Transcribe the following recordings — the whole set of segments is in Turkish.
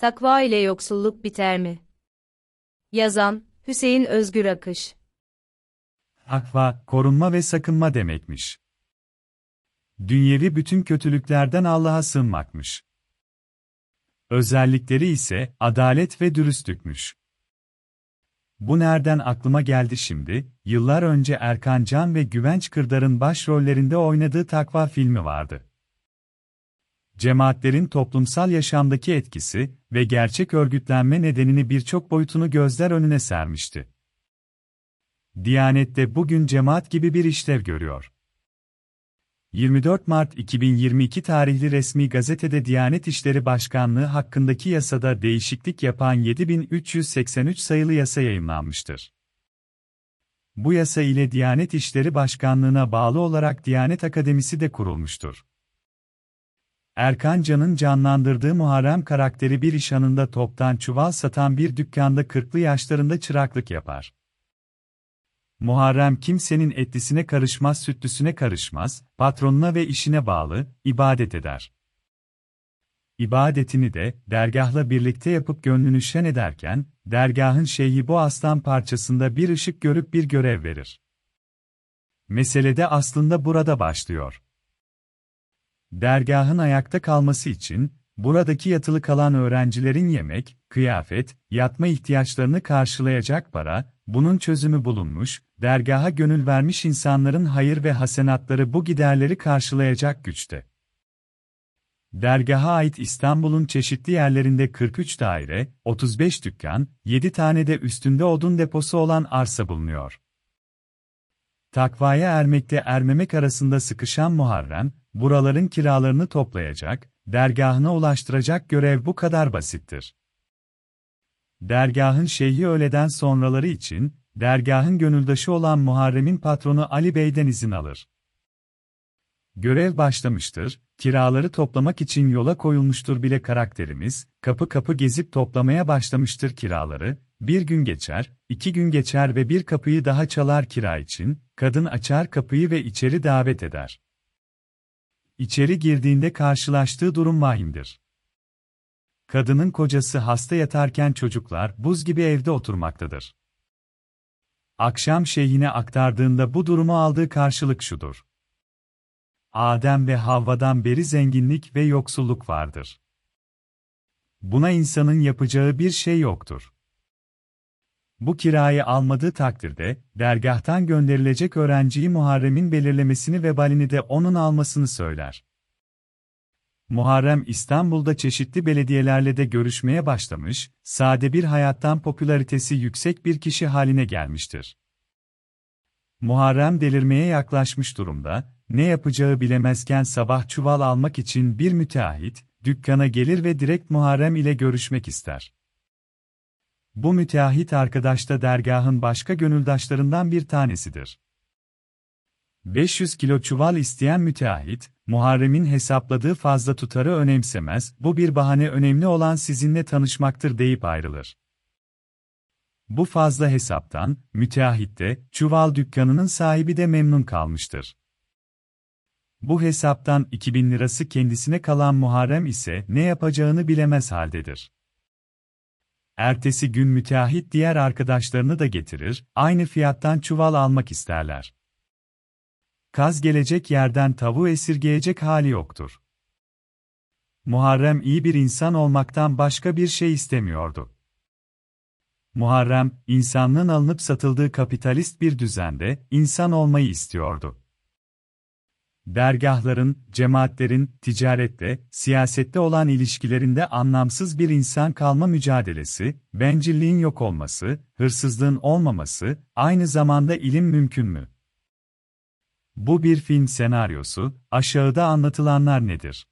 Takva ile yoksulluk biter mi? Yazan, Hüseyin Özgür Akış. Takva, korunma ve sakınma demekmiş. Dünyevi bütün kötülüklerden Allah'a sığınmakmış. Özellikleri ise adalet ve dürüstlükmüş. Bu nereden aklıma geldi şimdi? Yıllar önce Erkan Can ve Güvenç Kırdar'ın başrollerinde oynadığı Takva filmi vardı. Cemaatlerin toplumsal yaşamdaki etkisi ve gerçek örgütlenme nedenini birçok boyutunu gözler önüne sermişti. Diyanet de bugün cemaat gibi bir işlev görüyor. 24 Mart 2022 tarihli resmi gazetede Diyanet İşleri Başkanlığı hakkındaki yasada değişiklik yapan 7383 sayılı yasa yayımlanmıştır. Bu yasa ile Diyanet İşleri Başkanlığı'na bağlı olarak Diyanet Akademisi de kurulmuştur. Erkan Can'ın canlandırdığı Muharrem karakteri bir iş anında toptan çuval satan bir dükkanda 40'lı yaşlarında çıraklık yapar. Muharrem kimsenin etlisine karışmaz, sütlüsüne karışmaz, patronuna ve işine bağlı, ibadet eder. İbadetini de dergâhla birlikte yapıp gönlünü şen ederken, dergâhın şeyhi bu aslan parçasında bir ışık görüp bir görev verir. Mesele de aslında burada başlıyor. Dergâhın ayakta kalması için, buradaki yatılı kalan öğrencilerin yemek, kıyafet, yatma ihtiyaçlarını karşılayacak para, bunun çözümü bulunmuş, dergaha gönül vermiş insanların hayır ve hasenatları bu giderleri karşılayacak güçte. Dergaha ait İstanbul'un çeşitli yerlerinde 43 daire, 35 dükkan, 7 tane de üstünde odun deposu olan arsa bulunuyor. Takvaya ermekle ermemek arasında sıkışan Muharrem, buraların kiralarını toplayacak, dergahına ulaştıracak görev bu kadar basittir. Dergahın şeyhi öğleden sonraları için, dergahın gönüldaşı olan Muharrem'in patronu Ali Bey'den izin alır. Görev başlamıştır, kiraları toplamak için yola koyulmuştur bile karakterimiz, kapı kapı gezip toplamaya başlamıştır kiraları, bir gün geçer, 2 gün geçer ve bir kapıyı daha çalar kira için, kadın açar kapıyı ve içeri davet eder. İçeri girdiğinde karşılaştığı durum vahimdir. Kadının kocası hasta yatarken çocuklar buz gibi evde oturmaktadır. Akşam şeyhine aktardığında bu durumu aldığı karşılık şudur: Adem ve Havva'dan beri zenginlik ve yoksulluk vardır. Buna insanın yapacağı bir şey yoktur. Bu kirayı almadığı takdirde, dergâhtan gönderilecek öğrenciyi Muharrem'in belirlemesini vebalini de onun almasını söyler. Muharrem İstanbul'da çeşitli belediyelerle de görüşmeye başlamış, sade bir hayattan popülaritesi yüksek bir kişi haline gelmiştir. Muharrem delirmeye yaklaşmış durumda, ne yapacağı bilemezken sabah çuval almak için bir müteahhit, dükkana gelir ve direkt Muharrem ile görüşmek ister. Bu müteahhit arkadaş da dergahın başka gönüldaşlarından bir tanesidir. 500 kilo çuval isteyen müteahhit, Muharrem'in hesapladığı fazla tutarı önemsemez, bu bir bahane, önemli olan sizinle tanışmaktır deyip ayrılır. Bu fazla hesaptan, müteahhit de, çuval dükkanının sahibi de memnun kalmıştır. Bu hesaptan 2000 lirası kendisine kalan Muharrem ise ne yapacağını bilemez haldedir. Ertesi gün müteahhit diğer arkadaşlarını da getirir, aynı fiyattan çuval almak isterler. Kaz gelecek yerden tavuğu esirgeyecek hali yoktur. Muharrem iyi bir insan olmaktan başka bir şey istemiyordu. Muharrem, insanlığın alınıp satıldığı kapitalist bir düzende, insan olmayı istiyordu. Dergâhların, cemaatlerin, ticarette, siyasette olan ilişkilerinde anlamsız bir insan kalma mücadelesi, bencilliğin yok olması, hırsızlığın olmaması, aynı zamanda ilim mümkün mü? Bu bir film senaryosu, aşağıda anlatılanlar nedir?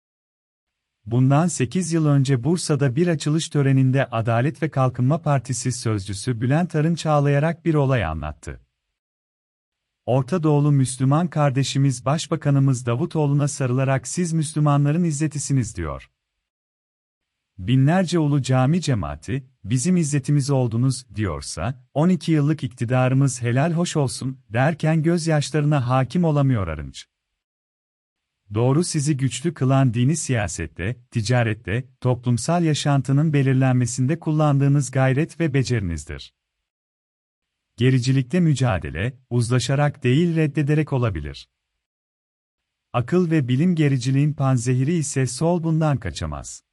Bundan 8 yıl önce Bursa'da bir açılış töreninde Adalet ve Kalkınma Partisi sözcüsü Bülent Arınç ağlayarak bir olay anlattı. Orta Doğulu Müslüman kardeşimiz Başbakanımız Davutoğlu'na sarılarak "Siz Müslümanların izzetisiniz" diyor. Binlerce ulu cami cemaati, "Bizim izzetimiz oldunuz" diyorsa, 12 yıllık iktidarımız helal hoş olsun derken gözyaşlarına hakim olamıyor Arınç. Doğru sizi güçlü kılan dini siyasette, ticarette, toplumsal yaşantının belirlenmesinde kullandığınız gayret ve becerinizdir. Gericilikte mücadele, uzlaşarak değil reddederek olabilir. Akıl ve bilim gericiliğin panzehiri ise sol bundan kaçamaz.